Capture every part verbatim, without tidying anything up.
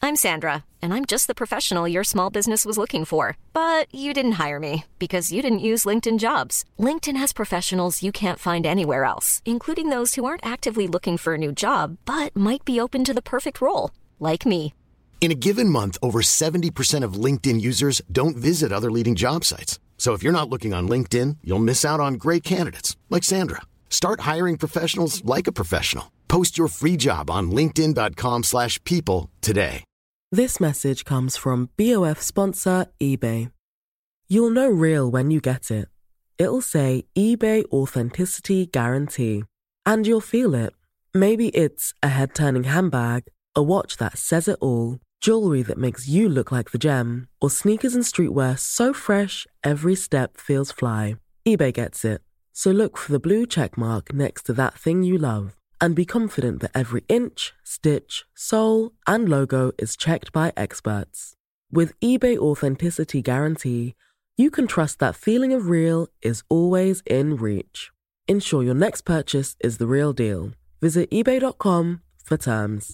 I'm Sandra, and I'm just the professional your small business was looking for. But you didn't hire me because you didn't use LinkedIn Jobs. LinkedIn has professionals you can't find anywhere else, including those who aren't actively looking for a new job, but might be open to the perfect role, like me. In a given month, over seventy percent of LinkedIn users don't visit other leading job sites. So if you're not looking on LinkedIn, you'll miss out on great candidates like Sandra. Start hiring professionals like a professional. Post your free job on linkedin.com slash people today. This message comes from B O F sponsor eBay. You'll know real when you get it. It'll say eBay Authenticity Guarantee. And you'll feel it. Maybe it's a head-turning handbag, a watch that says it all, jewelry that makes you look like the gem, or sneakers and streetwear so fresh every step feels fly. eBay gets it. So look for the blue check mark next to that thing you love and be confident that every inch, stitch, sole, and logo is checked by experts. With eBay Authenticity Guarantee, you can trust that feeling of real is always in reach. Ensure your next purchase is the real deal. Visit ebay dot com for terms.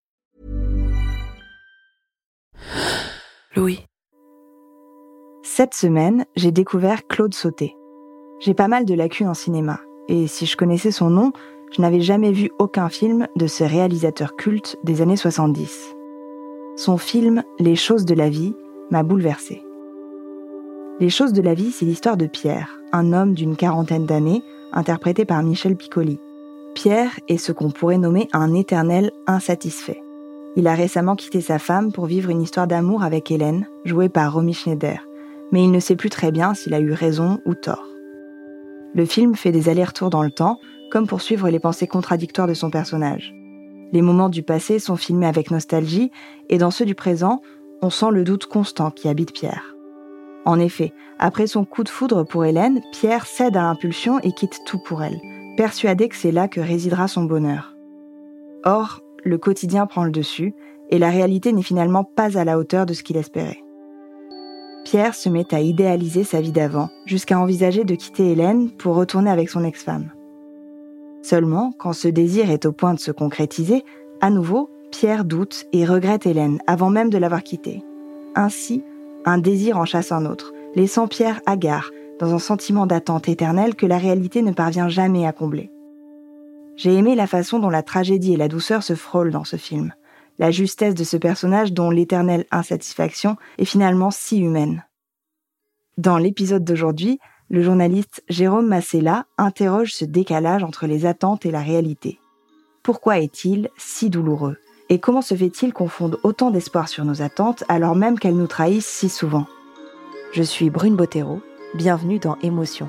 Louis. Cette semaine, j'ai découvert Claude Sauté. J'ai pas mal de lacunes en cinéma, et si je connaissais son nom, je n'avais jamais vu aucun film de ce réalisateur culte des années soixante-dix. Son film « Les choses de la vie » m'a bouleversée. Les choses de la vie, c'est l'histoire de Pierre, un homme d'une quarantaine d'années, interprété par Michel Piccoli. Pierre est ce qu'on pourrait nommer un éternel insatisfait. Il a récemment quitté sa femme pour vivre une histoire d'amour avec Hélène, jouée par Romy Schneider, mais il ne sait plus très bien s'il a eu raison ou tort. Le film fait des allers-retours dans le temps, comme pour suivre les pensées contradictoires de son personnage. Les moments du passé sont filmés avec nostalgie, et dans ceux du présent, on sent le doute constant qui habite Pierre. En effet, après son coup de foudre pour Hélène, Pierre cède à l'impulsion et quitte tout pour elle, persuadé que c'est là que résidera son bonheur. Or, le quotidien prend le dessus, et la réalité n'est finalement pas à la hauteur de ce qu'il espérait. Pierre se met à idéaliser sa vie d'avant, jusqu'à envisager de quitter Hélène pour retourner avec son ex-femme. Seulement, quand ce désir est au point de se concrétiser, à nouveau, Pierre doute et regrette Hélène avant même de l'avoir quittée. Ainsi, un désir en chasse un autre, laissant Pierre hagard, dans un sentiment d'attente éternelle que la réalité ne parvient jamais à combler. J'ai aimé la façon dont la tragédie et la douceur se frôlent dans ce film, la justesse de ce personnage dont l'éternelle insatisfaction est finalement si humaine. Dans l'épisode d'aujourd'hui, le journaliste Jérôme Massella interroge ce décalage entre les attentes et la réalité. Pourquoi est-il si douloureux ? Et comment se fait-il qu'on fonde autant d'espoir sur nos attentes alors même qu'elles nous trahissent si souvent ? Je suis Brune Bottero, bienvenue dans Émotion.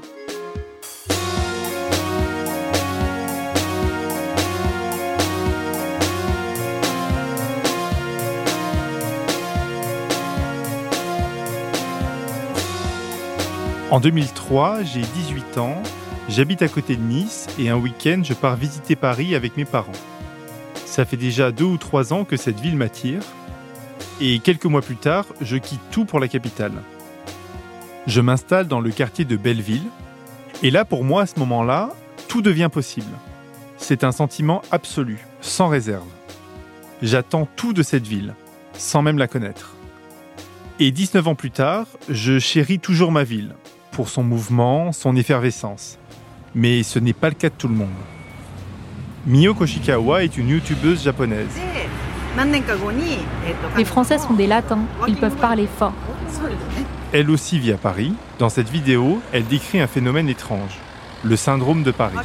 En deux mille trois, j'ai dix-huit ans, j'habite à côté de Nice et un week-end, je pars visiter Paris avec mes parents. Ça fait déjà deux ou trois ans que cette ville m'attire et quelques mois plus tard, je quitte tout pour la capitale. Je m'installe dans le quartier de Belleville et là, pour moi, à ce moment-là, tout devient possible. C'est un sentiment absolu, sans réserve. J'attends tout de cette ville, sans même la connaître. Et dix-neuf ans plus tard, je chéris toujours ma ville, pour son mouvement, son effervescence. Mais ce n'est pas le cas de tout le monde. Mio Koshikawa est une youtubeuse japonaise. Les Français sont des latins, ils peuvent parler fort. Elle aussi vit à Paris. Dans cette vidéo, elle décrit un phénomène étrange, le syndrome de Paris.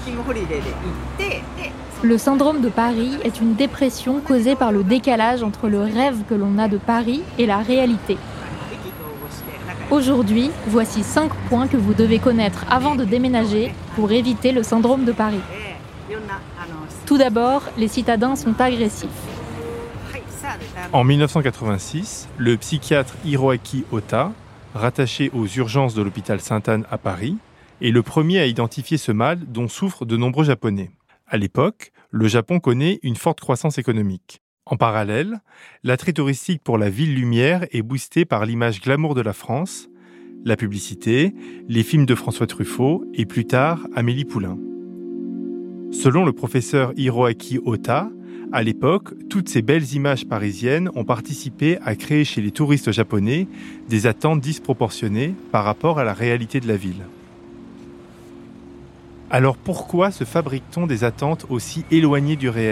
Le syndrome de Paris est une dépression causée par le décalage entre le rêve que l'on a de Paris et la réalité. Aujourd'hui, voici cinq points que vous devez connaître avant de déménager pour éviter le syndrome de Paris. Tout d'abord, les citadins sont agressifs. En dix-neuf cent quatre-vingt-six, le psychiatre Hiroaki Ota, rattaché aux urgences de l'hôpital Sainte-Anne à Paris, est le premier à identifier ce mal dont souffrent de nombreux Japonais. À l'époque, le Japon connaît une forte croissance économique. En parallèle, l'attrait touristique pour la ville lumière est boosté par l'image glamour de la France, la publicité, les films de François Truffaut et plus tard Amélie Poulain. Selon le professeur Hiroaki Ota, À l'époque, toutes ces belles images parisiennes ont participé à créer chez les touristes japonais des attentes disproportionnées par rapport à la réalité de la ville. Alors pourquoi se fabrique-t-on des attentes aussi éloignées du réel ?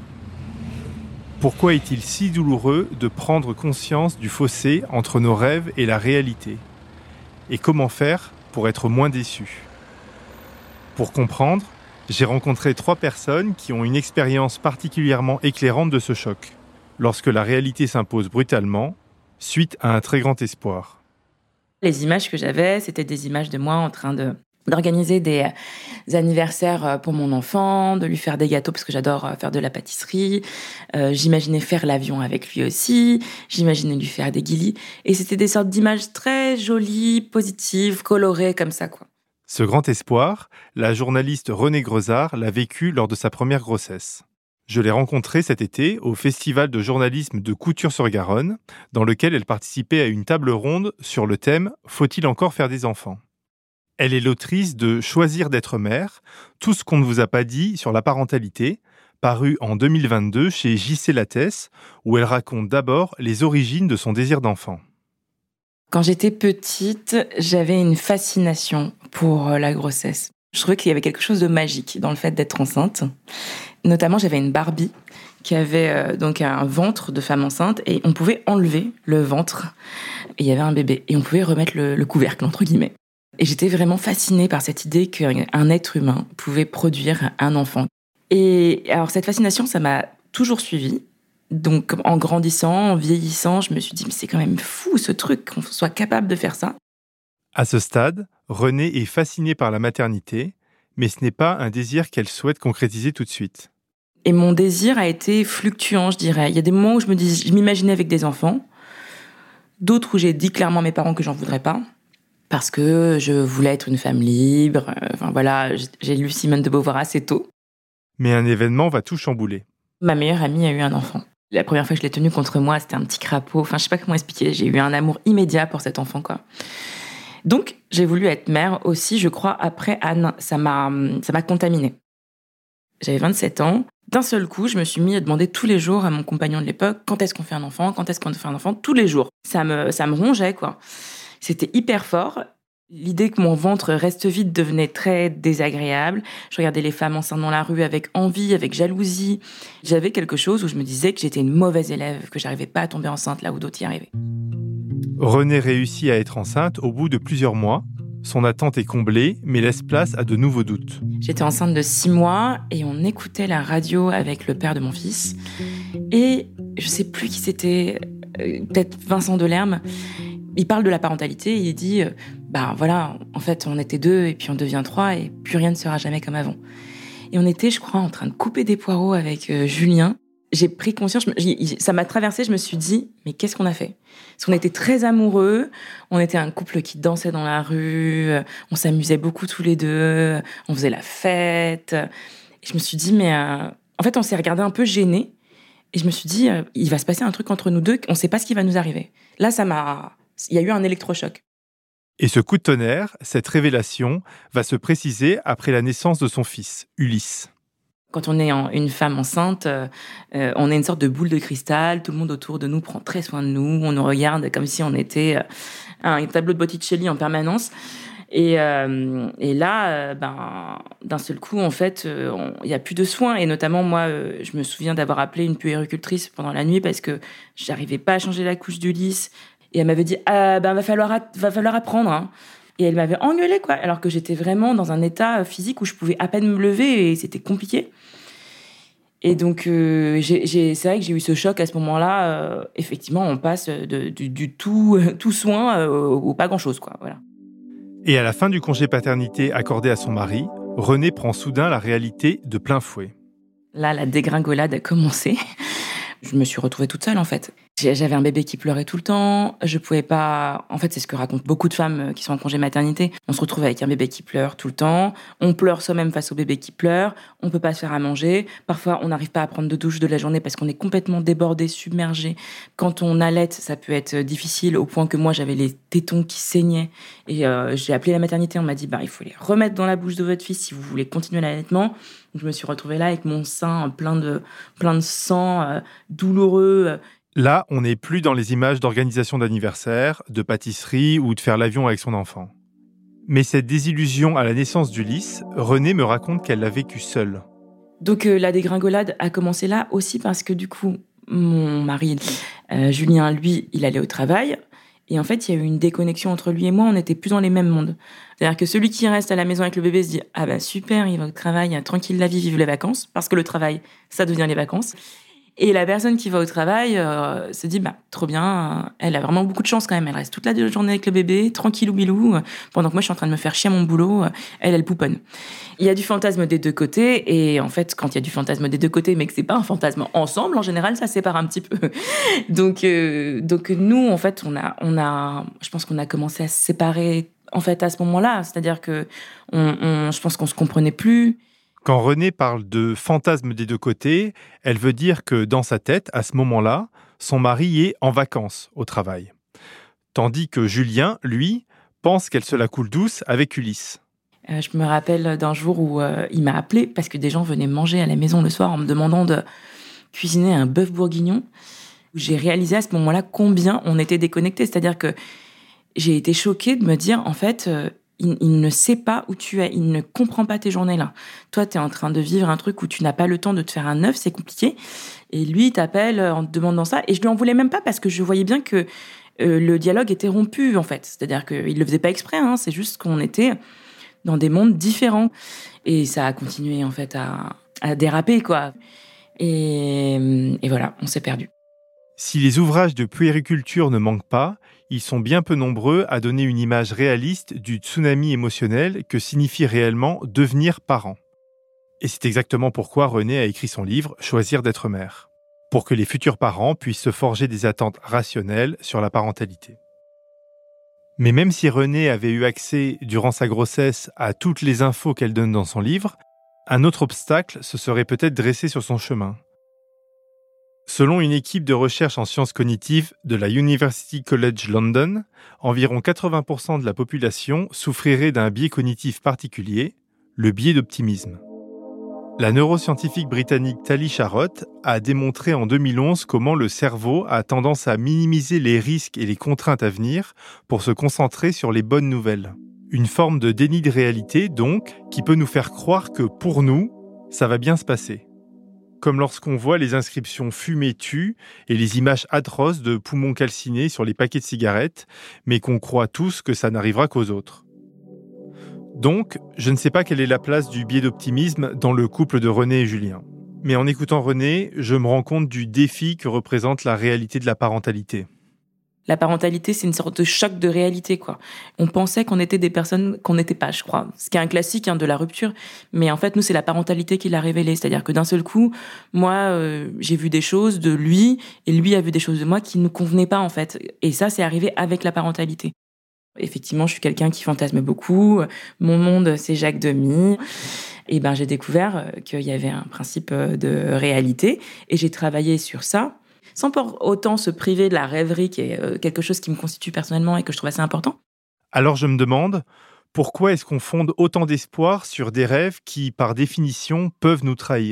Pourquoi est-il si douloureux de prendre conscience du fossé entre nos rêves et la réalité ? Et comment faire pour être moins déçu ? Pour comprendre, j'ai rencontré trois personnes qui ont une expérience particulièrement éclairante de ce choc, lorsque la réalité s'impose brutalement, suite à un très grand espoir. Les images que j'avais, c'était des images de moi en train de, d'organiser des anniversaires pour mon enfant, de lui faire des gâteaux parce que j'adore faire de la pâtisserie. Euh, j'imaginais faire l'avion avec lui aussi, j'imaginais lui faire des guilis. Et c'était des sortes d'images très jolies, positives, colorées comme ça, quoi. Ce grand espoir, la journaliste Renée Grezard l'a vécu lors de sa première grossesse. Je l'ai rencontrée cet été au Festival de journalisme de Couture-sur-Garonne, dans lequel elle participait à une table ronde sur le thème « Faut-il encore faire des enfants ?» Elle est l'autrice de « Choisir d'être mère », tout ce qu'on ne vous a pas dit sur la parentalité, paru en deux mille vingt-deux chez J C Lattès, où elle raconte d'abord les origines de son désir d'enfant. Quand j'étais petite, j'avais une fascination pour la grossesse. Je trouvais qu'il y avait quelque chose de magique dans le fait d'être enceinte. Notamment, j'avais une Barbie qui avait euh, donc un ventre de femme enceinte et on pouvait enlever le ventre et il y avait un bébé et on pouvait remettre le, le couvercle, entre guillemets. Et j'étais vraiment fascinée par cette idée qu'un être humain pouvait produire un enfant. Et alors cette fascination, ça m'a toujours suivie. Donc, en grandissant, en vieillissant, je me suis dit, mais c'est quand même fou ce truc, qu'on soit capable de faire ça. À ce stade, Renée est fascinée par la maternité, mais ce n'est pas un désir qu'elle souhaite concrétiser tout de suite. Et mon désir a été fluctuant, je dirais. Il y a des moments où je me dis, je m'imaginais avec des enfants, d'autres où j'ai dit clairement à mes parents que j'en voudrais pas, parce que je voulais être une femme libre. Enfin voilà, j'ai lu Simone de Beauvoir assez tôt. Mais un événement va tout chambouler. Ma meilleure amie a eu un enfant. La première fois que je l'ai tenu contre moi, c'était un petit crapaud. Enfin, je sais pas comment expliquer. J'ai eu un amour immédiat pour cet enfant, quoi. Donc, j'ai voulu être mère aussi, je crois, après Anne. Ça m'a, ça m'a contaminée. J'avais vingt-sept ans. D'un seul coup, je me suis mis à demander tous les jours à mon compagnon de l'époque, quand est-ce qu'on fait un enfant, quand est-ce qu'on fait un enfant, tous les jours. Ça me, ça me rongeait, quoi. C'était hyper fort. L'idée que mon ventre reste vide devenait très désagréable. Je regardais les femmes enceintes dans la rue avec envie, avec jalousie. J'avais quelque chose où je me disais que j'étais une mauvaise élève, que j'arrivais pas à tomber enceinte là où d'autres y arrivaient. Renée réussit à être enceinte au bout de plusieurs mois. Son attente est comblée, mais laisse place à de nouveaux doutes. J'étais enceinte de six mois et on écoutait la radio avec le père de mon fils. Et je sais plus qui c'était, euh, peut-être Vincent Delerme. Il parle de la parentalité et il dit, euh, bah voilà, en fait, on était deux et puis on devient trois et plus rien ne sera jamais comme avant. Et on était, je crois, en train de couper des poireaux avec euh, Julien. J'ai pris conscience, je, ça m'a traversé, je me suis dit, mais qu'est-ce qu'on a fait ? Parce qu'on était très amoureux, on était un couple qui dansait dans la rue, on s'amusait beaucoup tous les deux, on faisait la fête. Et je me suis dit, mais euh, en fait, on s'est regardé un peu gênés. Et je me suis dit, euh, il va se passer un truc entre nous deux, on ne sait pas ce qui va nous arriver. Là, ça m'a... Il y a eu un électrochoc. Et ce coup de tonnerre, cette révélation, va se préciser après la naissance de son fils, Ulysse. Quand on est en, une femme enceinte, euh, on est une sorte de boule de cristal. Tout le monde autour de nous prend très soin de nous. On nous regarde comme si on était euh, un tableau de Botticelli en permanence. Et, euh, et là, euh, ben, d'un seul coup, en fait, il euh, n'y a plus de soins. Et notamment, moi, euh, je me souviens d'avoir appelé une puéricultrice pendant la nuit parce que j'arrivais pas à changer la couche d'Ulysse. Et elle m'avait dit, ah, ben, va falloir, a- va falloir apprendre. Hein. Et elle m'avait engueulée, quoi. Alors que j'étais vraiment dans un état physique où je pouvais à peine me lever et c'était compliqué. Et donc, euh, j'ai, j'ai, c'est vrai que j'ai eu ce choc à ce moment-là. Euh, effectivement, on passe de, du, du tout, tout soin euh, au pas grand-chose, quoi. Voilà. Et à la fin du congé paternité accordé à son mari, Renée prend soudain la réalité de plein fouet. Là, la dégringolade a commencé. Je me suis retrouvée toute seule, en fait. J'avais un bébé qui pleurait tout le temps. Je pouvais pas... En fait, c'est ce que racontent beaucoup de femmes qui sont en congé maternité. On se retrouve avec un bébé qui pleure tout le temps. On pleure soi-même face au bébé qui pleure. On peut pas se faire à manger. Parfois, on n'arrive pas à prendre de douche de la journée parce qu'on est complètement débordé, submergé. Quand on allaite, ça peut être difficile au point que moi, j'avais les tétons qui saignaient. Et euh, j'ai appelé la maternité. On m'a dit, bah, il faut les remettre dans la bouche de votre fils si vous voulez continuer l'allaitement. Donc, je me suis retrouvée là avec mon sein plein de, plein de sang, euh, douloureux. Là, on n'est plus dans les images d'organisation d'anniversaire, de pâtisserie ou de faire l'avion avec son enfant. Mais cette désillusion à la naissance d'Ulysse, Renée me raconte qu'elle l'a vécue seule. Donc euh, la dégringolade a commencé là aussi parce que du coup, mon mari, euh, Julien, lui, il allait au travail. Et en fait, il y a eu une déconnexion entre lui et moi, on n'était plus dans les mêmes mondes. C'est-à-dire que celui qui reste à la maison avec le bébé se dit « Ah bah super, il va au travail, tranquille la vie, vive les vacances », parce que le travail, ça devient les vacances. Et la personne qui va au travail euh, se dit bah trop bien, elle a vraiment beaucoup de chance quand même, elle reste toute la journée avec le bébé, tranquillou bilou, pendant que moi je suis en train de me faire chier à mon boulot, elle elle pouponne. Il y a du fantasme des deux côtés et en fait quand il y a du fantasme des deux côtés mais que c'est pas un fantasme ensemble, en général ça sépare un petit peu. Donc euh, donc nous en fait on a on a je pense qu'on a commencé à se séparer en fait à ce moment-là, c'est-à-dire que on, on je pense qu'on se comprenait plus. Quand Renée parle de fantasme des deux côtés, elle veut dire que dans sa tête, à ce moment-là, son mari est en vacances au travail. Tandis que Julien, lui, pense qu'elle se la coule douce avec Ulysse. Euh, je me rappelle d'un jour où euh, il m'a appelé parce que des gens venaient manger à la maison le soir en me demandant de cuisiner un bœuf bourguignon. J'ai réalisé à ce moment-là combien on était déconnectés. C'est-à-dire que j'ai été choquée de me dire, en fait... Euh, Il, il ne sait pas où tu es, il ne comprend pas tes journées-là. Toi, tu es en train de vivre un truc où tu n'as pas le temps de te faire un œuf, c'est compliqué. Et lui, il t'appelle en te demandant ça. Et je lui en voulais même pas parce que je voyais bien que euh, le dialogue était rompu, en fait. C'est-à-dire qu'il le faisait pas exprès, hein, c'est juste qu'on était dans des mondes différents. Et ça a continué, en fait, à, à déraper, quoi. Et, et voilà, on s'est perdus. Si les ouvrages de puériculture ne manquent pas, ils sont bien peu nombreux à donner une image réaliste du tsunami émotionnel que signifie réellement devenir parent. Et c'est exactement pourquoi Renée a écrit son livre « Choisir d'être mère », pour que les futurs parents puissent se forger des attentes rationnelles sur la parentalité. Mais même si Renée avait eu accès, durant sa grossesse, à toutes les infos qu'elle donne dans son livre, un autre obstacle se serait peut-être dressé sur son chemin. Selon une équipe de recherche en sciences cognitives de la University College London, environ quatre-vingts pour cent de la population souffrirait d'un biais cognitif particulier, le biais d'optimisme. La neuroscientifique britannique Tali Sharot a démontré en deux mille onze comment le cerveau a tendance à minimiser les risques et les contraintes à venir pour se concentrer sur les bonnes nouvelles. Une forme de déni de réalité, donc, qui peut nous faire croire que pour nous, ça va bien se passer. Comme lorsqu'on voit les inscriptions « Fumer tue » et les images atroces de poumons calcinés sur les paquets de cigarettes, mais qu'on croit tous que ça n'arrivera qu'aux autres. Donc, je ne sais pas quelle est la place du biais d'optimisme dans le couple de Renée et Julien. Mais en écoutant Renée, je me rends compte du défi que représente la réalité de la parentalité. La parentalité, c'est une sorte de choc de réalité, quoi. On pensait qu'on était des personnes qu'on n'était pas, je crois. Ce qui est un classique hein, de la rupture. Mais en fait, nous, c'est la parentalité qui l'a révélé. C'est-à-dire que d'un seul coup, moi, euh, j'ai vu des choses de lui, et lui a vu des choses de moi qui ne nous convenaient pas, en fait. Et ça, c'est arrivé avec la parentalité. Effectivement, je suis quelqu'un qui fantasme beaucoup. Mon monde, c'est Jacques Demy. Et ben, j'ai découvert qu'il y avait un principe de réalité. Et j'ai travaillé sur ça. Sans pour autant se priver de la rêverie, qui est quelque chose qui me constitue personnellement et que je trouve assez important. Alors je me demande, pourquoi est-ce qu'on fonde autant d'espoir sur des rêves qui, par définition, peuvent nous trahir ?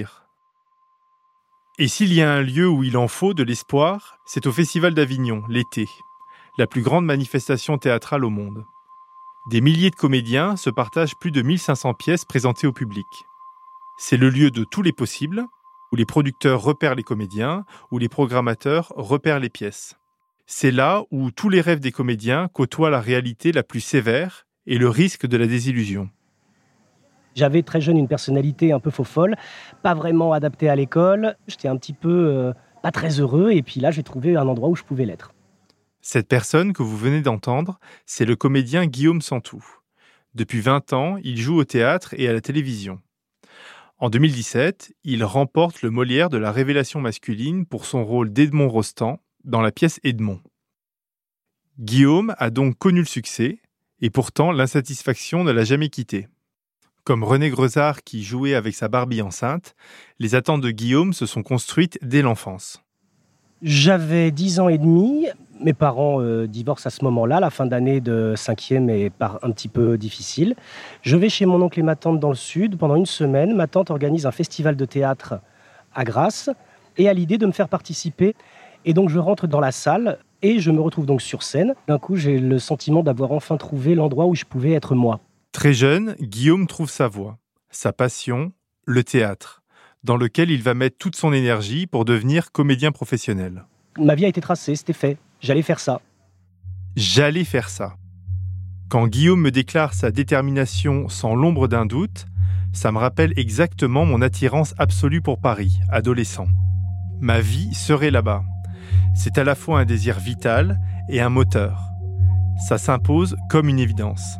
Et s'il y a un lieu où il en faut de l'espoir, c'est au Festival d'Avignon, l'été, la plus grande manifestation théâtrale au monde. Des milliers de comédiens se partagent plus de mille cinq cents pièces présentées au public. C'est le lieu de tous les possibles, où les producteurs repèrent les comédiens, où les programmateurs repèrent les pièces. C'est là où tous les rêves des comédiens côtoient la réalité la plus sévère et le risque de la désillusion. J'avais très jeune une personnalité un peu faux-folle, pas vraiment adaptée à l'école. J'étais un petit peu euh, pas très heureux et puis là j'ai trouvé un endroit où je pouvais l'être. Cette personne que vous venez d'entendre, c'est le comédien Guillaume Santou. Depuis vingt ans, il joue au théâtre et à la télévision. En deux mille dix-sept, il remporte le Molière de la révélation masculine pour son rôle d'Edmond Rostand dans la pièce Edmond. Guillaume a donc connu le succès, et pourtant l'insatisfaction ne l'a jamais quitté. Comme René Grezard qui jouait avec sa Barbie enceinte, les attentes de Guillaume se sont construites dès l'enfance. J'avais dix ans et demi, Mes parents euh, divorcent à ce moment-là. La fin d'année de cinquième est par un petit peu difficile. Je vais chez mon oncle et ma tante dans le sud. Pendant une semaine, ma tante organise un festival de théâtre à Grasse et a l'idée de me faire participer. Et donc je rentre dans la salle et je me retrouve donc sur scène. D'un coup, j'ai le sentiment d'avoir enfin trouvé l'endroit où je pouvais être moi. Très jeune, Guillaume trouve sa voie, sa passion, le théâtre, dans lequel il va mettre toute son énergie pour devenir comédien professionnel. Ma vie a été tracée, c'était fait. J'allais faire ça. J'allais faire ça. Quand Guillaume me déclare sa détermination sans l'ombre d'un doute, ça me rappelle exactement mon attirance absolue pour Paris, adolescent. Ma vie serait là-bas. C'est à la fois un désir vital et un moteur. Ça s'impose comme une évidence.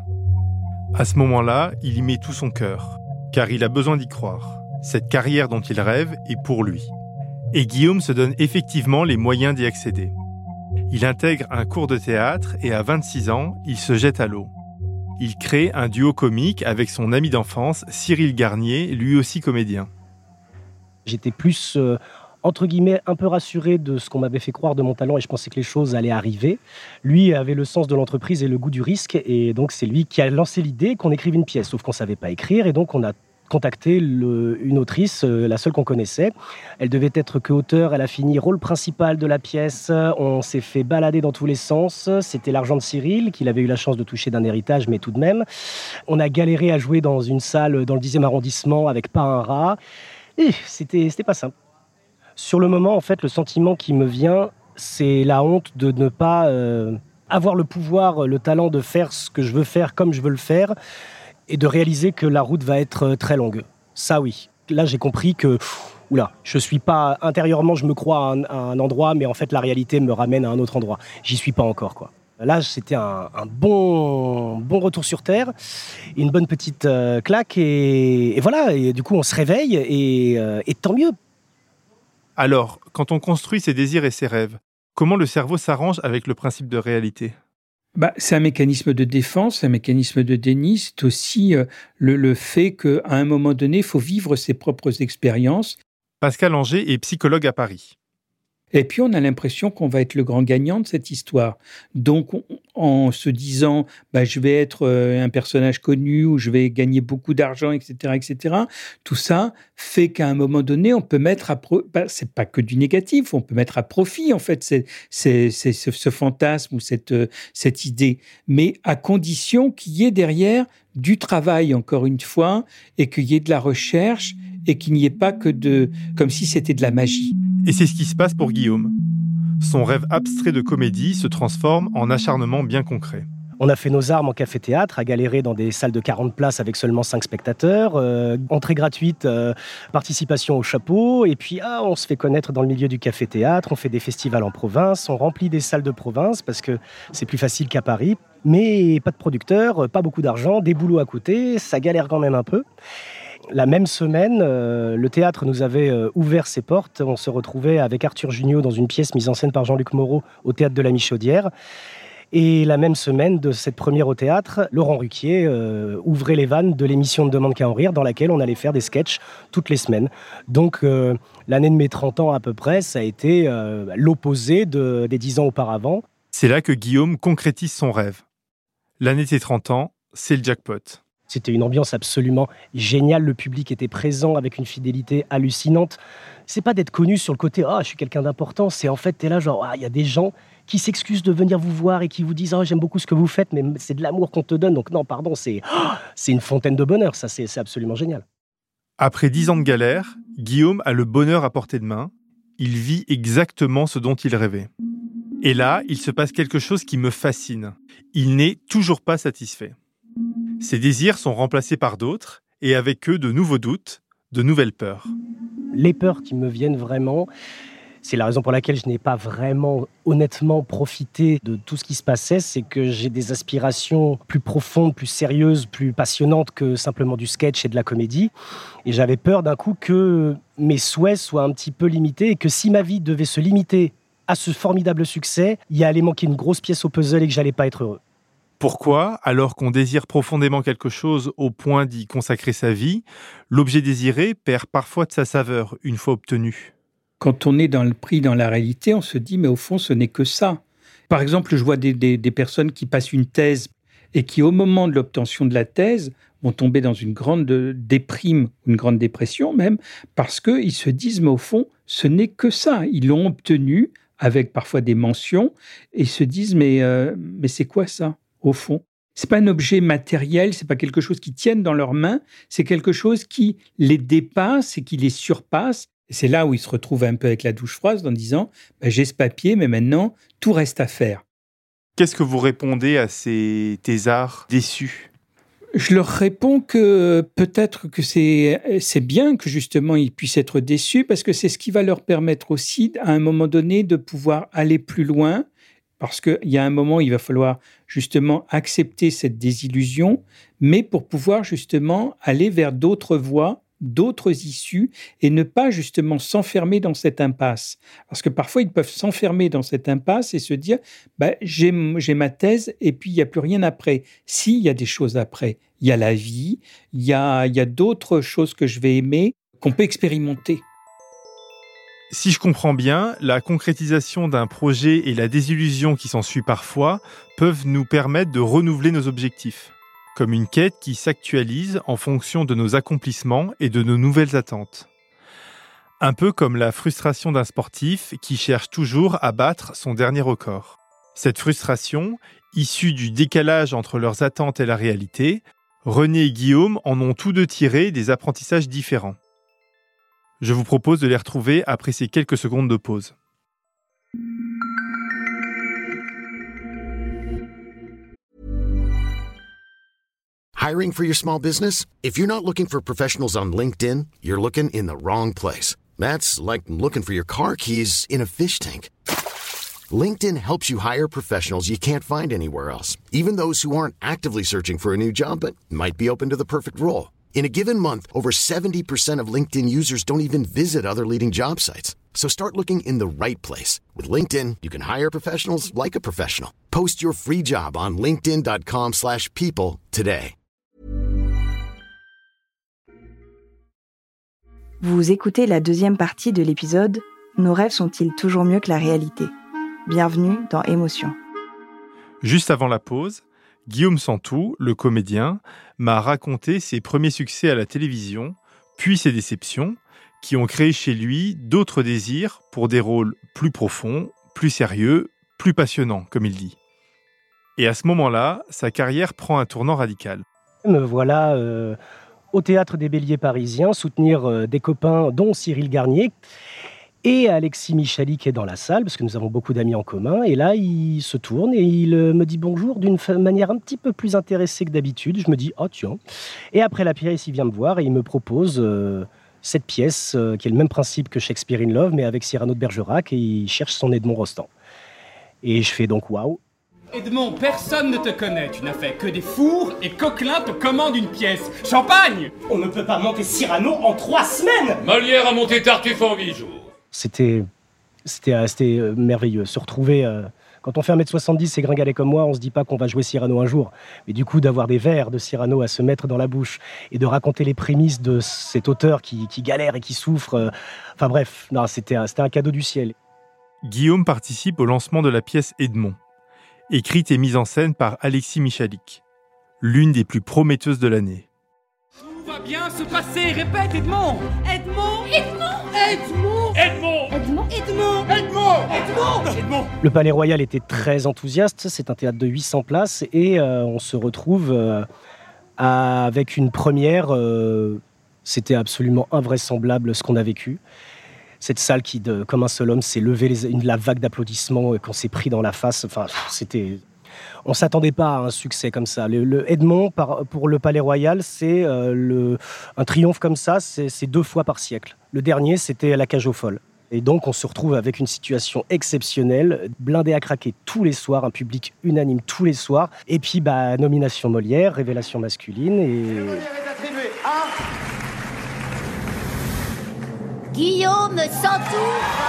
À ce moment-là, il y met tout son cœur, car il a besoin d'y croire. Cette carrière dont il rêve est pour lui. Et Guillaume se donne effectivement les moyens d'y accéder. Il intègre un cours de théâtre et à vingt-six ans, il se jette à l'eau. Il crée un duo comique avec son ami d'enfance, Cyril Garnier, lui aussi comédien. J'étais plus... Euh... entre guillemets, un peu rassuré de ce qu'on m'avait fait croire de mon talent et je pensais que les choses allaient arriver. Lui avait le sens de l'entreprise et le goût du risque et donc c'est lui qui a lancé l'idée qu'on écrive une pièce, sauf qu'on ne savait pas écrire et donc on a contacté le, une autrice, euh, la seule qu'on connaissait. Elle devait être co-auteure, elle a fini rôle principal de la pièce, on s'est fait balader dans tous les sens, c'était l'argent de Cyril, qu'il avait eu la chance de toucher d'un héritage, mais tout de même. On a galéré à jouer dans une salle dans le dixième arrondissement avec pas un rat, et c'était, c'était pas simple. Sur le moment, en fait, le sentiment qui me vient, c'est la honte de ne pas euh, avoir le pouvoir, le talent de faire ce que je veux faire comme je veux le faire et de réaliser que la route va être très longue. Ça, oui. Là, j'ai compris que, oula, je suis pas intérieurement, je me crois à un, à un endroit, mais en fait, la réalité me ramène à un autre endroit. J'y suis pas encore, quoi. Là, c'était un, un bon, bon retour sur Terre, une bonne petite euh, claque et, et voilà. Et du coup, on se réveille et, euh, et tant mieux. Alors, quand on construit ses désirs et ses rêves, comment le cerveau s'arrange avec le principe de réalité ? Bah, c'est un mécanisme de défense, c'est un mécanisme de déni. C'est aussi euh, le, le fait qu'à un moment donné, il faut vivre ses propres expériences. Pascal Anger est psychologue à Paris. Et puis, on a l'impression qu'on va être le grand gagnant de cette histoire. Donc, on, en se disant, bah, je vais être euh, un personnage connu ou je vais gagner beaucoup d'argent, et cetera, et cetera. Tout ça fait qu'à un moment donné, on peut mettre à pro... bah, c'est pas que du négatif, on peut mettre à profit, en fait, c'est, c'est, c'est ce, ce fantasme ou cette, euh, cette idée. Mais à condition qu'il y ait derrière du travail, encore une fois, et qu'il y ait de la recherche et qu'il n'y ait pas que de... comme si c'était de la magie. Et c'est ce qui se passe pour Guillaume. Son rêve abstrait de comédie se transforme en acharnement bien concret. On a fait nos armes en café-théâtre, à galérer dans des salles de quarante places avec seulement cinq spectateurs, euh, entrée gratuite, euh, participation au chapeau, et puis ah, on se fait connaître dans le milieu du café-théâtre, on fait des festivals en province, on remplit des salles de province parce que c'est plus facile qu'à Paris, mais pas de producteurs, pas beaucoup d'argent, des boulots à côté, ça galère quand même un peu. La même semaine, euh, le théâtre nous avait euh, ouvert ses portes. On se retrouvait avec Arthur Jugnot dans une pièce mise en scène par Jean-Luc Moreau au théâtre de la Michaudière. Et la même semaine de cette première au théâtre, Laurent Ruquier euh, ouvrait les vannes de l'émission de Demande qu'à en rire dans laquelle on allait faire des sketchs toutes les semaines. Donc euh, l'année de mes trente ans à peu près, ça a été euh, l'opposé de, des dix ans auparavant. C'est là que Guillaume concrétise son rêve. L'année de ses trente ans, c'est le jackpot. C'était une ambiance absolument géniale. Le public était présent avec une fidélité hallucinante. C'est pas d'être connu sur le côté « Ah, oh, je suis quelqu'un d'important ». C'est en fait, t'es là genre « Ah, il y a des gens qui s'excusent de venir vous voir et qui vous disent « Ah, oh, j'aime beaucoup ce que vous faites, mais c'est de l'amour qu'on te donne. » Donc non, pardon, c'est, oh, c'est une fontaine de bonheur. Ça, c'est, c'est absolument génial. Après dix ans de galère, Guillaume a le bonheur à portée de main. Il vit exactement ce dont il rêvait. Et là, il se passe quelque chose qui me fascine. Il n'est toujours pas satisfait. Ses désirs sont remplacés par d'autres, et avec eux de nouveaux doutes, de nouvelles peurs. Les peurs qui me viennent vraiment, c'est la raison pour laquelle je n'ai pas vraiment honnêtement profité de tout ce qui se passait, c'est que j'ai des aspirations plus profondes, plus sérieuses, plus passionnantes que simplement du sketch et de la comédie. Et j'avais peur d'un coup que mes souhaits soient un petit peu limités, et que si ma vie devait se limiter à ce formidable succès, il allait manquer une grosse pièce au puzzle et que j'allais pas être heureux. Pourquoi, alors qu'on désire profondément quelque chose au point d'y consacrer sa vie, l'objet désiré perd parfois de sa saveur une fois obtenu ? Quand on est dans le pris dans la réalité, on se dit mais au fond ce n'est que ça. Par exemple, je vois des, des, des personnes qui passent une thèse et qui, au moment de l'obtention de la thèse, vont tomber dans une grande déprime, une grande dépression même, parce qu'ils se disent, mais au fond, ce n'est que ça. Ils l'ont obtenu avec parfois des mentions et se disent, mais, euh, mais c'est quoi ça, au fond ? C'est pas un objet matériel, c'est pas quelque chose qu'ils tiennent dans leurs mains, c'est quelque chose qui les dépasse et qui les surpasse. Et c'est là où ils se retrouvent un peu avec la douche froide en disant, bah, j'ai ce papier, mais maintenant, tout reste à faire. Qu'est-ce que vous répondez à ces thésards déçus ? Je leur réponds que peut-être que c'est, c'est bien que justement ils puissent être déçus parce que c'est ce qui va leur permettre aussi à un moment donné de pouvoir aller plus loin parce qu'il y a un moment où il va falloir justement accepter cette désillusion mais pour pouvoir justement aller vers d'autres voies, d'autres issues et ne pas justement s'enfermer dans cette impasse. Parce que parfois, ils peuvent s'enfermer dans cette impasse et se dire bah, « j'ai, j'ai ma thèse et puis il n'y a plus rien après ». Si, il y a des choses après. Il y a la vie, il y a, il y a d'autres choses que je vais aimer, qu'on peut expérimenter. Si je comprends bien, la concrétisation d'un projet et la désillusion qui s'ensuit parfois peuvent nous permettre de renouveler nos objectifs. Comme une quête qui s'actualise en fonction de nos accomplissements et de nos nouvelles attentes. Un peu comme la frustration d'un sportif qui cherche toujours à battre son dernier record. Cette frustration, issue du décalage entre leurs attentes et la réalité, René et Guillaume en ont tous deux tiré des apprentissages différents. Je vous propose de les retrouver après ces quelques secondes de pause. Hiring for your small business? If you're not looking for professionals on LinkedIn, you're looking in the wrong place. That's like looking for your car keys in a fish tank. LinkedIn helps you hire professionals you can't find anywhere else, even those who aren't actively searching for a new job but might be open to the perfect role. In a given month, over seventy percent of LinkedIn users don't even visit other leading job sites. So start looking in the right place. With LinkedIn, you can hire professionals like a professional. Post your free job on linkedin.com slash people today. Vous écoutez la deuxième partie de l'épisode « Nos rêves sont-ils toujours mieux que la réalité ?» Bienvenue dans Émotion. Juste avant la pause, Guillaume Santou, le comédien, m'a raconté ses premiers succès à la télévision, puis ses déceptions, qui ont créé chez lui d'autres désirs pour des rôles plus profonds, plus sérieux, plus passionnants, comme il dit. Et à ce moment-là, sa carrière prend un tournant radical. Me voilà euh, au Théâtre des Béliers parisiens, soutenir euh, des copains, dont Cyril Garnier, et Alexis Michali qui est dans la salle, parce que nous avons beaucoup d'amis en commun. Et là, il se tourne et il me dit bonjour d'une manière un petit peu plus intéressée que d'habitude. Je me dis, oh tiens. Et après la pièce, il vient me voir et il me propose euh, cette pièce, euh, qui est le même principe que Shakespeare in Love, mais avec Cyrano de Bergerac, et il cherche son Edmond Rostand. Et je fais donc waouh. Edmond, personne ne te connaît. Tu n'as fait que des fours et Coquelin te commande une pièce. Champagne! On ne peut pas monter Cyrano en trois semaines! Molière a monté Tartuffe en huit jours. C'était, c'était, c'était merveilleux. Se retrouver... Euh, quand on fait un mètre soixante-dix et gringalet comme moi, on se dit pas qu'on va jouer Cyrano un jour. Mais du coup, d'avoir des vers de Cyrano à se mettre dans la bouche et de raconter les prémices de cet auteur qui, qui galère et qui souffre... Euh, enfin bref, non, c'était, un, c'était un cadeau du ciel. Guillaume participe au lancement de la pièce Edmond, écrite et mise en scène par Alexis Michalik, l'une des plus prometteuses de l'année. Tout va bien se passer, répète Edmond! Edmond! Edmond! Edmond! Edmond! Edmond! Edmond! Edmond! Edmond! Edmond! Le Palais Royal était très enthousiaste, c'est un théâtre de huit cents places et euh, on se retrouve euh, à, avec une première, euh, c'était absolument invraisemblable ce qu'on a vécu. Cette salle qui, de, comme un seul homme, s'est levée, les, une, la vague d'applaudissements qu'on s'est pris dans la face. Enfin, c'était... On ne s'attendait pas à un succès comme ça. Le, le Edmond, par, pour le Palais Royal, c'est euh, le, un triomphe comme ça, c'est, c'est deux fois par siècle. Le dernier, c'était la Cage aux Folles. Et donc, on se retrouve avec une situation exceptionnelle, blindé à craquer tous les soirs, un public unanime tous les soirs. Et puis, bah, nomination Molière, révélation masculine. Et... Guillaume Santou,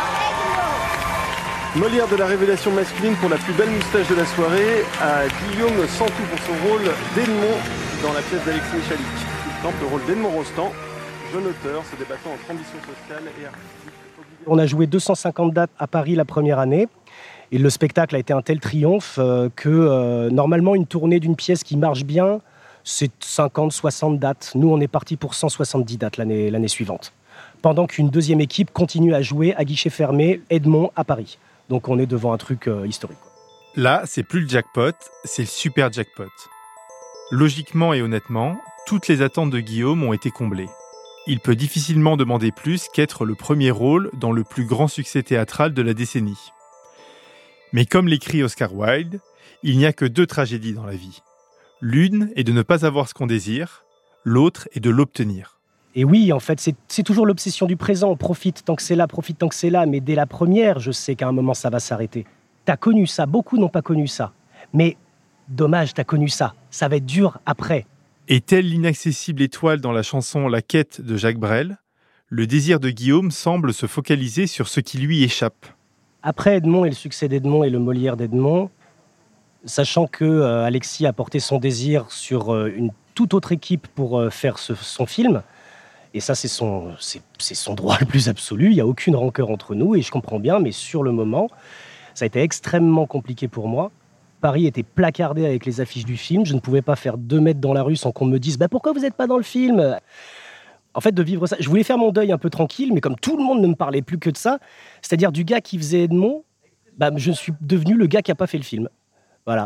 Molière de la révélation masculine pour la plus belle moustache de la soirée, à Guillaume Santou pour son rôle d'Edmond dans la pièce d'Alexis Michalik. Il tente le rôle d'Edmond Rostand, jeune auteur se débattant entre ambition sociale et artistique. On a joué deux cent cinquante dates à Paris la première année. Et le spectacle a été un tel triomphe euh, que euh, normalement, une tournée d'une pièce qui marche bien, c'est cinquante soixante dates. Nous, on est parti pour cent soixante-dix dates l'année, l'année suivante. Pendant qu'une deuxième équipe continue à jouer à guichet fermé, Edmond à Paris. Donc on est devant un truc euh, historique. Là, c'est plus le jackpot, c'est le super jackpot. Logiquement et honnêtement, toutes les attentes de Guillaume ont été comblées. Il peut difficilement demander plus qu'être le premier rôle dans le plus grand succès théâtral de la décennie. Mais comme l'écrit Oscar Wilde, il n'y a que deux tragédies dans la vie. L'une est de ne pas avoir ce qu'on désire, l'autre est de l'obtenir. Et oui, en fait, c'est, c'est toujours l'obsession du présent. On profite tant que c'est là, profite tant que c'est là. Mais dès la première, je sais qu'à un moment, ça va s'arrêter. T'as connu ça, beaucoup n'ont pas connu ça. Mais dommage, t'as connu ça. Ça va être dur après. Et telle l'inaccessible étoile dans la chanson La Quête de Jacques Brel, le désir de Guillaume semble se focaliser sur ce qui lui échappe. Après Edmond et le succès d'Edmond et le Molière d'Edmond, sachant que euh, Alexis a porté son désir sur euh, une toute autre équipe pour euh, faire ce, son film, et ça c'est son, c'est, c'est son droit le plus absolu, il n'y a aucune rancœur entre nous, et je comprends bien, mais sur le moment, ça a été extrêmement compliqué pour moi. Paris était placardé avec les affiches du film, je ne pouvais pas faire deux mètres dans la rue sans qu'on me dise bah, « pourquoi vous n'êtes pas dans le film ?» En fait, de vivre ça, je voulais faire mon deuil un peu tranquille, mais comme tout le monde ne me parlait plus que de ça, c'est-à-dire du gars qui faisait Edmond, bah, je suis devenu le gars qui n'a pas fait le film. Voilà.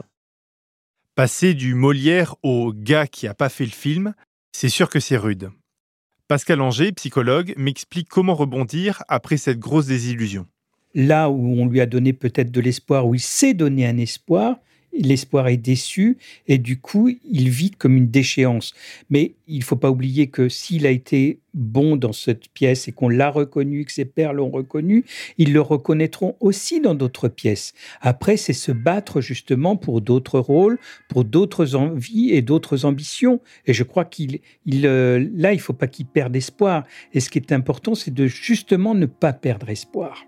Passer du Molière au gars qui n'a pas fait le film, c'est sûr que c'est rude. Pascal Anger, psychologue, m'explique comment rebondir après cette grosse désillusion. Là où on lui a donné peut-être de l'espoir, où il s'est donné un espoir, l'espoir est déçu et du coup, il vit comme une déchéance. Mais il ne faut pas oublier que s'il a été bon dans cette pièce et qu'on l'a reconnu, que ses pairs l'ont reconnu, ils le reconnaîtront aussi dans d'autres pièces. Après, c'est se battre justement pour d'autres rôles, pour d'autres envies et d'autres ambitions. Et je crois qu'il, il, euh, là, il ne faut pas qu'il perde espoir. Et ce qui est important, c'est de justement ne pas perdre espoir.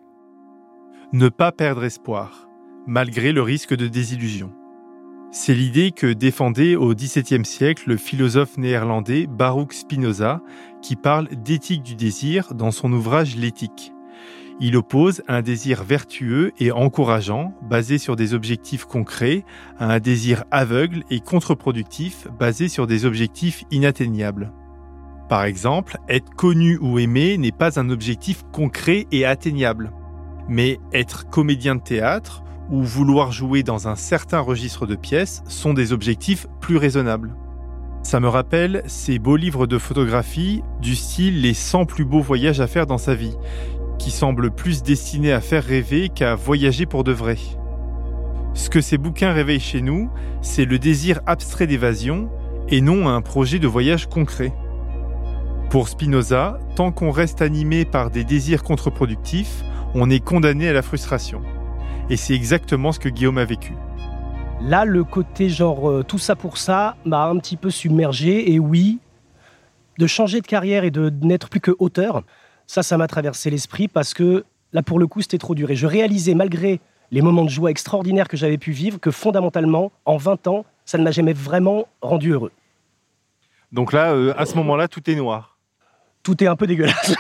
Ne pas perdre espoir, malgré le risque de désillusion. C'est l'idée que défendait au dix-septième siècle le philosophe néerlandais Baruch Spinoza, qui parle d'éthique du désir dans son ouvrage L'éthique. Il oppose un désir vertueux et encourageant, basé sur des objectifs concrets, à un désir aveugle et contre-productif, basé sur des objectifs inatteignables. Par exemple, être connu ou aimé n'est pas un objectif concret et atteignable. Mais être comédien de théâtre ou vouloir jouer dans un certain registre de pièces sont des objectifs plus raisonnables. Ça me rappelle ces beaux livres de photographie du style « Les cent plus beaux voyages à faire dans sa vie », qui semblent plus destinés à faire rêver qu'à voyager pour de vrai. Ce que ces bouquins réveillent chez nous, c'est le désir abstrait d'évasion et non un projet de voyage concret. Pour Spinoza, tant qu'on reste animé par des désirs contre-productifs, on est condamné à la frustration. Et c'est exactement ce que Guillaume a vécu. Là, le côté genre euh, tout ça pour ça m'a un petit peu submergé. Et oui, de changer de carrière et de n'être plus que auteur, ça, ça m'a traversé l'esprit parce que là, pour le coup, c'était trop dur. Et je réalisais, malgré les moments de joie extraordinaires que j'avais pu vivre, que fondamentalement, en vingt ans, ça ne m'a jamais vraiment rendu heureux. Donc là, euh, à ce moment-là, tout est noir. Tout est un peu dégueulasse.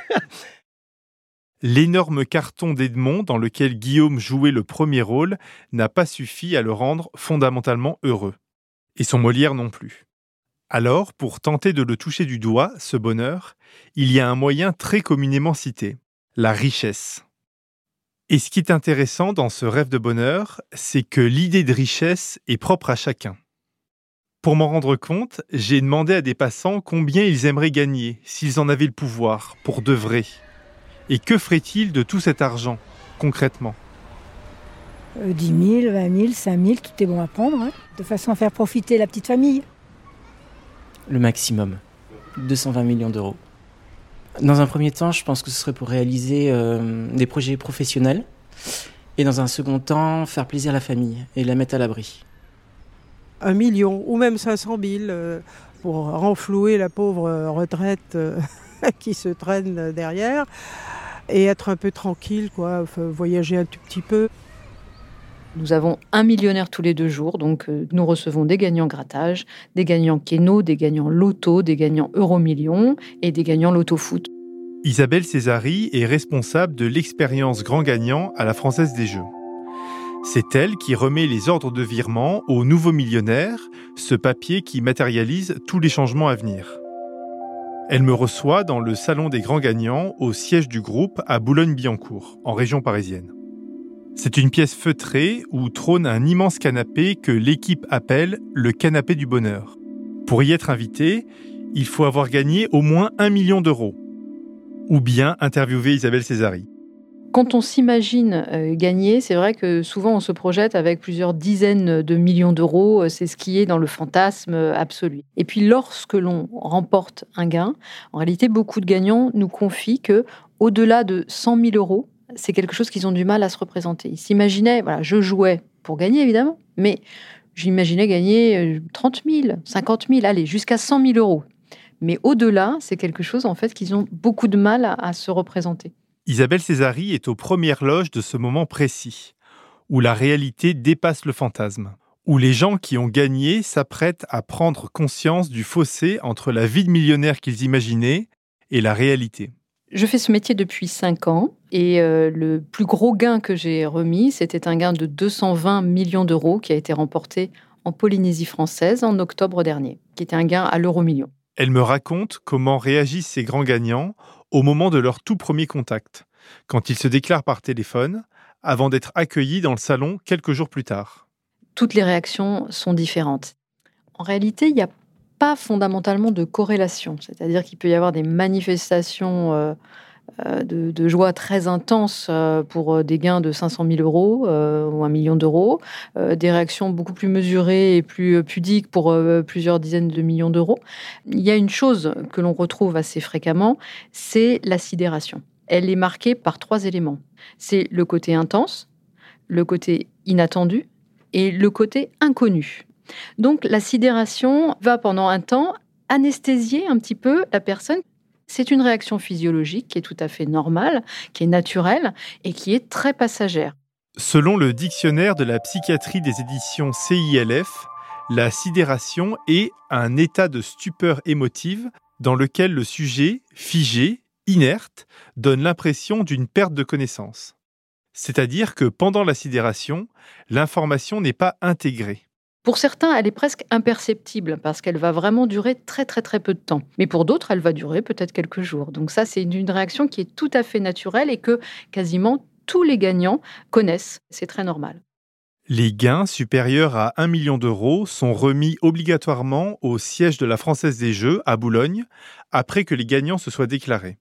L'énorme carton d'Edmond dans lequel Guillaume jouait le premier rôle n'a pas suffi à le rendre fondamentalement heureux. Et son Molière non plus. Alors, pour tenter de le toucher du doigt, ce bonheur, il y a un moyen très communément cité, la richesse. Et ce qui est intéressant dans ce rêve de bonheur, c'est que l'idée de richesse est propre à chacun. Pour m'en rendre compte, j'ai demandé à des passants combien ils aimeraient gagner, s'ils en avaient le pouvoir, pour de vrai. Et que ferait-il de tout cet argent, concrètement ? euh, dix mille, vingt mille, cinq mille, tout est bon à prendre, hein, de façon à faire profiter la petite famille. Le maximum, deux cent vingt millions d'euros. Dans un premier temps, je pense que ce serait pour réaliser euh, des projets professionnels. Et dans un second temps, faire plaisir à la famille et la mettre à l'abri. Un million ou même cinq cent mille euh, pour renflouer la pauvre retraite euh, qui se traîne derrière. Et être un peu tranquille, quoi, voyager un tout petit peu. Nous avons un millionnaire tous les deux jours, donc euh, nous recevons des gagnants grattage, des gagnants Keno, des gagnants loto, des gagnants euro-millions et des gagnants loto-foot. Isabelle Césari est responsable de l'expérience grand gagnant à la Française des Jeux. C'est elle qui remet les ordres de virement au nouveau millionnaire, ce papier qui matérialise tous les changements à venir. Elle me reçoit dans le salon des grands gagnants au siège du groupe à Boulogne-Billancourt, en région parisienne. C'est une pièce feutrée où trône un immense canapé que l'équipe appelle le canapé du bonheur. Pour y être invité, il faut avoir gagné au moins un million d'euros. Ou bien interviewer Isabelle Césari. Quand on s'imagine euh, gagner, c'est vrai que souvent on se projette avec plusieurs dizaines de millions d'euros. C'est ce qui est dans le fantasme absolu. Et puis lorsque l'on remporte un gain, en réalité, beaucoup de gagnants nous confient que au-delà de cent mille euros, c'est quelque chose qu'ils ont du mal à se représenter. Ils s'imaginaient, voilà, je jouais pour gagner évidemment, mais j'imaginais gagner trente mille, cinquante mille, allez, jusqu'à cent mille euros. Mais au-delà, c'est quelque chose en fait qu'ils ont beaucoup de mal à, à se représenter. Isabelle Césari est aux premières loges de ce moment précis, où la réalité dépasse le fantasme, où les gens qui ont gagné s'apprêtent à prendre conscience du fossé entre la vie de millionnaire qu'ils imaginaient et la réalité. Je fais ce métier depuis cinq ans et euh, le plus gros gain que j'ai remis, c'était un gain de deux cent vingt millions d'euros qui a été remporté en Polynésie française en octobre dernier, qui était un gain à l'euro million. Elle me raconte comment réagissent ces grands gagnants au moment de leur tout premier contact, quand ils se déclarent par téléphone, avant d'être accueillis dans le salon quelques jours plus tard. Toutes les réactions sont différentes. En réalité, il n'y a pas fondamentalement de corrélation, c'est-à-dire qu'il peut y avoir des manifestations euh, de, de joie très intenses euh, pour des gains de cinq cent mille euros euh, ou un million d'euros, euh, des réactions beaucoup plus mesurées et plus pudiques pour euh, plusieurs dizaines de millions d'euros. Il y a une chose que l'on retrouve assez fréquemment, c'est la sidération. Elle est marquée par trois éléments. C'est le côté intense, le côté inattendu et le côté inconnu. Donc la sidération va pendant un temps anesthésier un petit peu la personne. C'est une réaction physiologique qui est tout à fait normale, qui est naturelle et qui est très passagère. Selon le dictionnaire de la psychiatrie des éditions C I L F, la sidération est un état de stupeur émotive dans lequel le sujet, figé, inerte, donne l'impression d'une perte de connaissance. C'est-à-dire que pendant la sidération, l'information n'est pas intégrée. Pour certains, elle est presque imperceptible parce qu'elle va vraiment durer très très très peu de temps. Mais pour d'autres, elle va durer peut-être quelques jours. Donc ça, c'est une réaction qui est tout à fait naturelle et que quasiment tous les gagnants connaissent. C'est très normal. Les gains supérieurs à un million d'euros sont remis obligatoirement au siège de la Française des Jeux à Boulogne après que les gagnants se soient déclarés.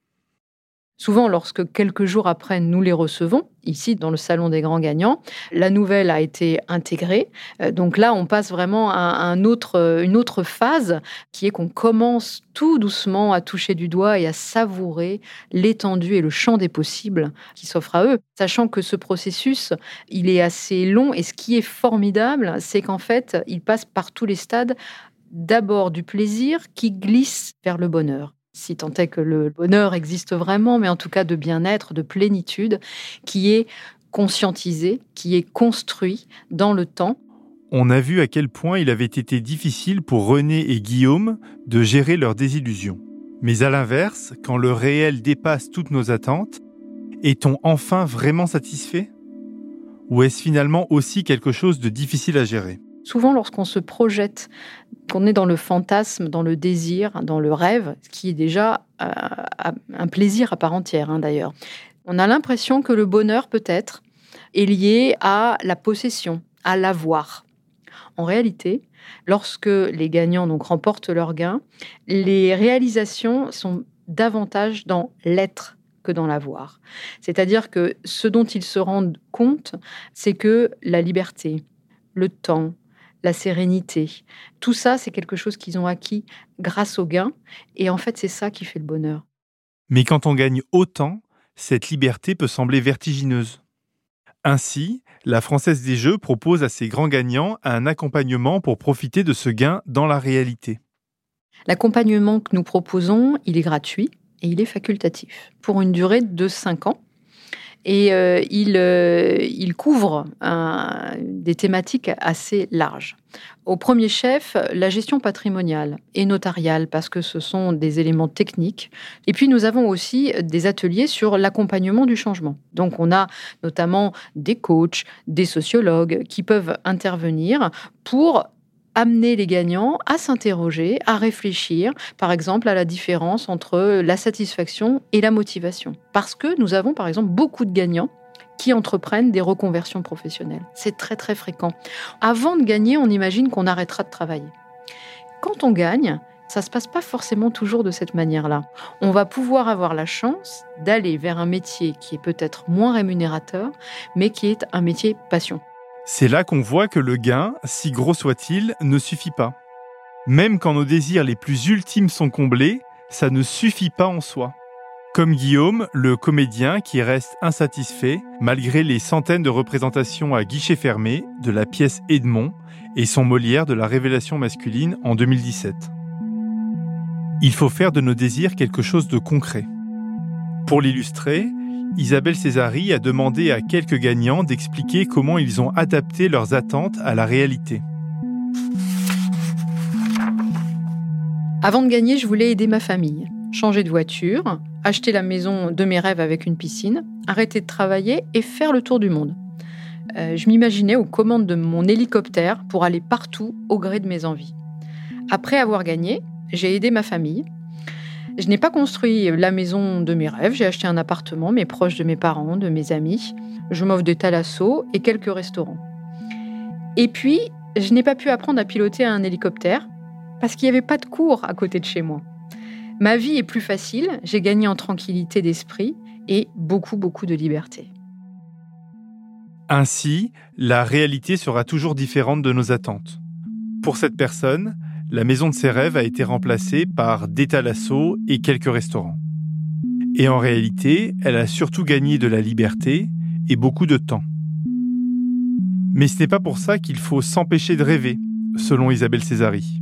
Souvent, lorsque quelques jours après, nous les recevons, ici dans le Salon des grands gagnants, la nouvelle a été intégrée. Donc là, on passe vraiment à un autre, une autre phase qui est qu'on commence tout doucement à toucher du doigt et à savourer l'étendue et le champ des possibles qui s'offrent à eux. Sachant que ce processus, il est assez long et ce qui est formidable, c'est qu'en fait, il passe par tous les stades. D'abord du plaisir qui glisse vers le bonheur. Si tant est que le bonheur existe vraiment, mais en tout cas de bien-être, de plénitude, qui est conscientisé, qui est construit dans le temps. On a vu à quel point il avait été difficile pour René et Guillaume de gérer leurs désillusions. Mais à l'inverse, quand le réel dépasse toutes nos attentes, est-on enfin vraiment satisfait ? Ou est-ce finalement aussi quelque chose de difficile à gérer ? Souvent, lorsqu'on se projette, qu'on est dans le fantasme, dans le désir, dans le rêve, ce qui est déjà euh, un plaisir à part entière, hein, d'ailleurs, on a l'impression que le bonheur, peut-être, est lié à la possession, à l'avoir. En réalité, lorsque les gagnants donc, remportent leur gain, les réalisations sont davantage dans l'être que dans l'avoir. C'est-à-dire que ce dont ils se rendent compte, c'est que la liberté, le temps, la sérénité, tout ça, c'est quelque chose qu'ils ont acquis grâce au gain. Et en fait, c'est ça qui fait le bonheur. Mais quand on gagne autant, cette liberté peut sembler vertigineuse. Ainsi, la Française des Jeux propose à ses grands gagnants un accompagnement pour profiter de ce gain dans la réalité. L'accompagnement que nous proposons, il est gratuit et il est facultatif pour une durée de cinq ans. Et euh, il, euh, il couvre un, des thématiques assez larges. Au premier chef, la gestion patrimoniale et notariale, parce que ce sont des éléments techniques. Et puis, nous avons aussi des ateliers sur l'accompagnement du changement. Donc, on a notamment des coachs, des sociologues qui peuvent intervenir pour amener les gagnants à s'interroger, à réfléchir, par exemple, à la différence entre la satisfaction et la motivation. Parce que nous avons, par exemple, beaucoup de gagnants qui entreprennent des reconversions professionnelles. C'est très, très fréquent. Avant de gagner, on imagine qu'on arrêtera de travailler. Quand on gagne, ça ne se passe pas forcément toujours de cette manière-là. On va pouvoir avoir la chance d'aller vers un métier qui est peut-être moins rémunérateur, mais qui est un métier passion. C'est là qu'on voit que le gain, si gros soit-il, ne suffit pas. Même quand nos désirs les plus ultimes sont comblés, ça ne suffit pas en soi. Comme Guillaume, le comédien qui reste insatisfait malgré les centaines de représentations à guichet fermé de la pièce Edmond et son Molière de la révélation masculine en deux mille dix-sept. Il faut faire de nos désirs quelque chose de concret. Pour l'illustrer, Isabelle Césari a demandé à quelques gagnants d'expliquer comment ils ont adapté leurs attentes à la réalité. Avant de gagner, je voulais aider ma famille. Changer de voiture, acheter la maison de mes rêves avec une piscine, arrêter de travailler et faire le tour du monde. Euh, je m'imaginais aux commandes de mon hélicoptère pour aller partout au gré de mes envies. Après avoir gagné, j'ai aidé ma famille. Je n'ai pas construit la maison de mes rêves, j'ai acheté un appartement, mais proche de mes parents, de mes amis. Je m'offre des thalassos et quelques restaurants. Et puis, je n'ai pas pu apprendre à piloter un hélicoptère parce qu'il n'y avait pas de cours à côté de chez moi. Ma vie est plus facile, j'ai gagné en tranquillité d'esprit et beaucoup, beaucoup de liberté. Ainsi, la réalité sera toujours différente de nos attentes. Pour cette personne, la maison de ses rêves a été remplacée par des thalassos et quelques restaurants. Et en réalité, elle a surtout gagné de la liberté et beaucoup de temps. Mais ce n'est pas pour ça qu'il faut s'empêcher de rêver, selon Isabelle Césari.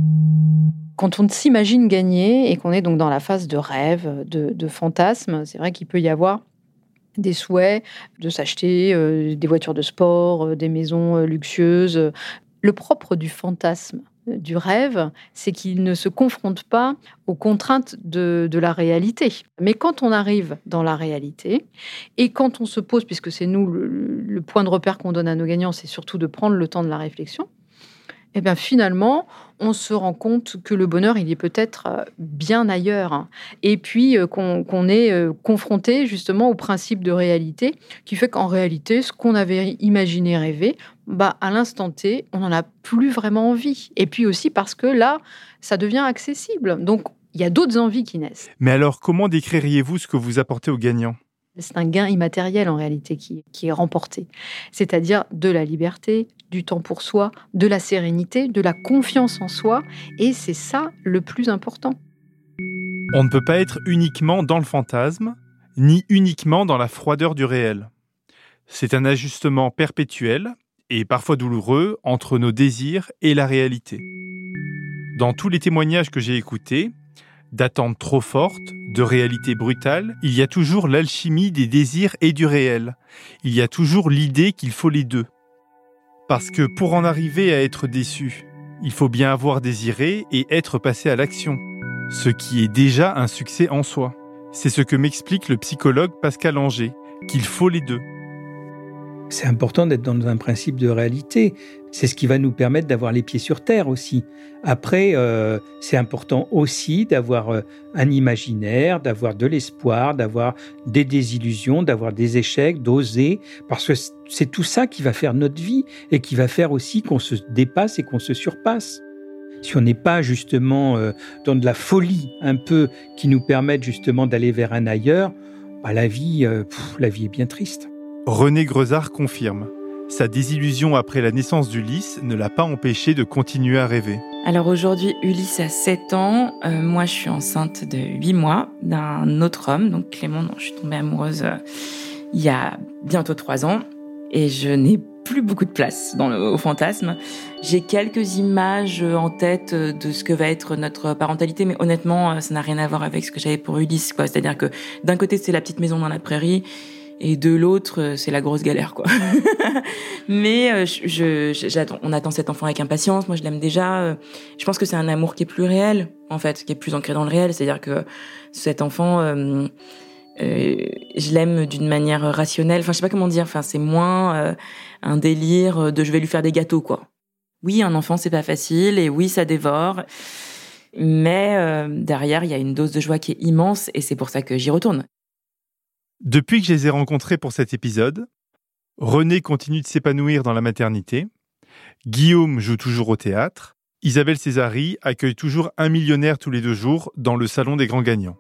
Quand on s'imagine gagner et qu'on est donc dans la phase de rêve, de, de fantasme, c'est vrai qu'il peut y avoir des souhaits de s'acheter euh, des voitures de sport, euh, des maisons euh, luxueuses. Le propre du fantasme, euh, du rêve, c'est qu'il ne se confronte pas aux contraintes de, de la réalité. Mais quand on arrive dans la réalité et quand on se pose, puisque c'est nous le, le point de repère qu'on donne à nos gagnants, c'est surtout de prendre le temps de la réflexion, et bien finalement, on se rend compte que le bonheur, il est peut-être bien ailleurs. Et puis qu'on, qu'on est confronté justement au principe de réalité qui fait qu'en réalité, ce qu'on avait imaginé rêver, bah, à l'instant T, on n'en a plus vraiment envie. Et puis aussi parce que là, ça devient accessible. Donc, il y a d'autres envies qui naissent. Mais alors, comment décririez-vous ce que vous apportez aux gagnants ? C'est un gain immatériel en réalité qui, qui est remporté. C'est-à-dire de la liberté, du temps pour soi, de la sérénité, de la confiance en soi. Et c'est ça le plus important. On ne peut pas être uniquement dans le fantasme, ni uniquement dans la froideur du réel. C'est un ajustement perpétuel et parfois douloureux entre nos désirs et la réalité. Dans tous les témoignages que j'ai écoutés, d'attentes trop fortes, de réalité brutale, il y a toujours l'alchimie des désirs et du réel. Il y a toujours l'idée qu'il faut les deux. Parce que pour en arriver à être déçu, il faut bien avoir désiré et être passé à l'action, ce qui est déjà un succès en soi. C'est ce que m'explique le psychologue Pascal Anger, qu'il faut les deux. C'est important d'être dans un principe de réalité. C'est ce qui va nous permettre d'avoir les pieds sur terre aussi. Après, euh, c'est important aussi d'avoir euh, un imaginaire, d'avoir de l'espoir, d'avoir des désillusions, d'avoir des échecs, d'oser, parce que c'est tout ça qui va faire notre vie et qui va faire aussi qu'on se dépasse et qu'on se surpasse. Si on n'est pas justement euh, dans de la folie un peu qui nous permette justement d'aller vers un ailleurs, bah, la vie, euh, pff, la vie est bien triste. René Grezard confirme. Sa désillusion après la naissance d'Ulysse ne l'a pas empêché de continuer à rêver. Alors aujourd'hui, Ulysse a sept ans. Euh, moi, je suis enceinte de huit mois d'un autre homme, donc Clément, dont je suis tombée amoureuse euh, il y a bientôt trois ans. Et je n'ai plus beaucoup de place dans le, au fantasme. J'ai quelques images en tête de ce que va être notre parentalité, mais honnêtement, ça n'a rien à voir avec ce que j'avais pour Ulysse, quoi. C'est-à-dire que d'un côté, c'est la petite maison dans la prairie, Et de l'autre, c'est la grosse galère, quoi. Mais je, je, j'attends, on attend cet enfant avec impatience. Moi, je l'aime déjà. Je pense que c'est un amour qui est plus réel, en fait, qui est plus ancré dans le réel. C'est-à-dire que cet enfant, euh, euh, je l'aime d'une manière rationnelle. Enfin, je sais pas comment dire. Enfin, c'est moins euh, un délire de je vais lui faire des gâteaux, quoi. Oui, un enfant, c'est pas facile. Et oui, ça dévore. Mais euh, derrière, il y a une dose de joie qui est immense. Et c'est pour ça que j'y retourne. Depuis que je les ai rencontrés pour cet épisode, René continue de s'épanouir dans la maternité, Guillaume joue toujours au théâtre, Isabelle Césari accueille toujours un millionnaire tous les deux jours dans le salon des grands gagnants.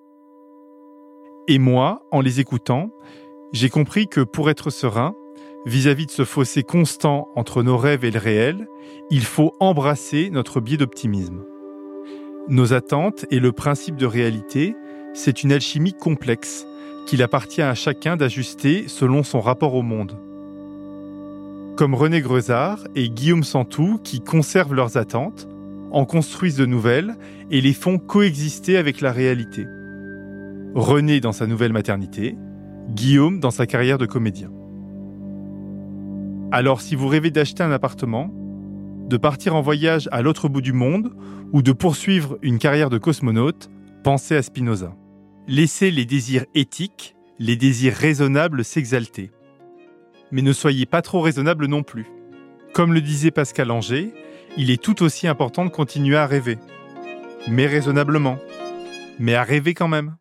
Et moi, en les écoutant, j'ai compris que pour être serein, vis-à-vis de ce fossé constant entre nos rêves et le réel, il faut embrasser notre biais d'optimisme. Nos attentes et le principe de réalité, c'est une alchimie complexe, qu'il appartient à chacun d'ajuster selon son rapport au monde. Comme René Grezard et Guillaume Santou qui conservent leurs attentes, en construisent de nouvelles et les font coexister avec la réalité. René dans sa nouvelle maternité, Guillaume dans sa carrière de comédien. Alors si vous rêvez d'acheter un appartement, de partir en voyage à l'autre bout du monde ou de poursuivre une carrière de cosmonaute, pensez à Spinoza. Laissez les désirs éthiques, les désirs raisonnables s'exalter. Mais ne soyez pas trop raisonnables non plus. Comme le disait Pascal Anger, il est tout aussi important de continuer à rêver. Mais raisonnablement. Mais à rêver quand même.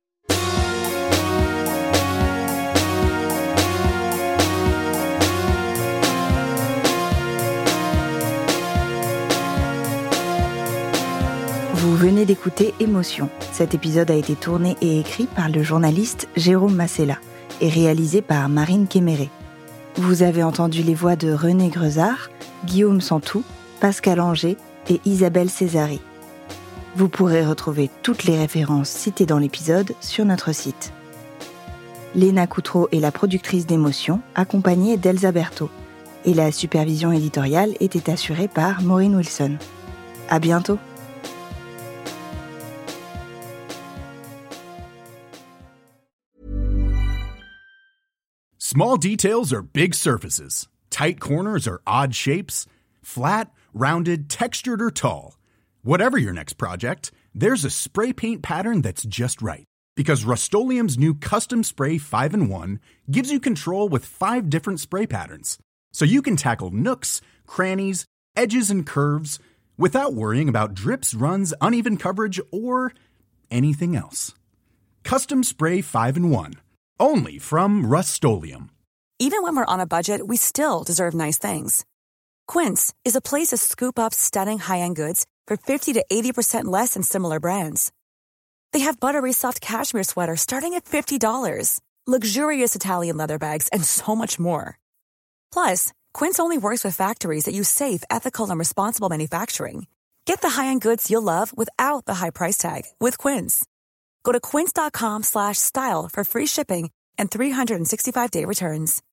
Vous venez d'écouter Émotion. Cet épisode a été tourné et écrit par le journaliste Jérôme Massella et réalisé par Marine Kéméré. Vous avez entendu les voix de René Grezard, Guillaume Santou, Pascal Anger et Isabelle Césari. Vous pourrez retrouver toutes les références citées dans l'épisode sur notre site. Léna Coutreau est la productrice d'Émotion, accompagnée d'Elsa Berthaud. Et la supervision éditoriale était assurée par Maureen Wilson. À bientôt. Small details are big surfaces. Tight corners are odd shapes. Flat, rounded, textured, or tall. Whatever your next project, there's a spray paint pattern that's just right. Because Rust-Oleum's new Custom Spray five in one gives you control with five different spray patterns. So you can tackle nooks, crannies, edges, and curves without worrying about drips, runs, uneven coverage, or anything else. Custom Spray five in one. Only from Rust-Oleum. Even when we're on a budget, we still deserve nice things. Quince is a place to scoop up stunning high-end goods for fifty to eighty percent less than similar brands. They have buttery soft cashmere sweaters starting at fifty dollars, luxurious Italian leather bags, and so much more. Plus, Quince only works with factories that use safe, ethical, and responsible manufacturing. Get the high-end goods you'll love without the high price tag with Quince. Go to quince.com slash style for free shipping and three sixty-five day returns.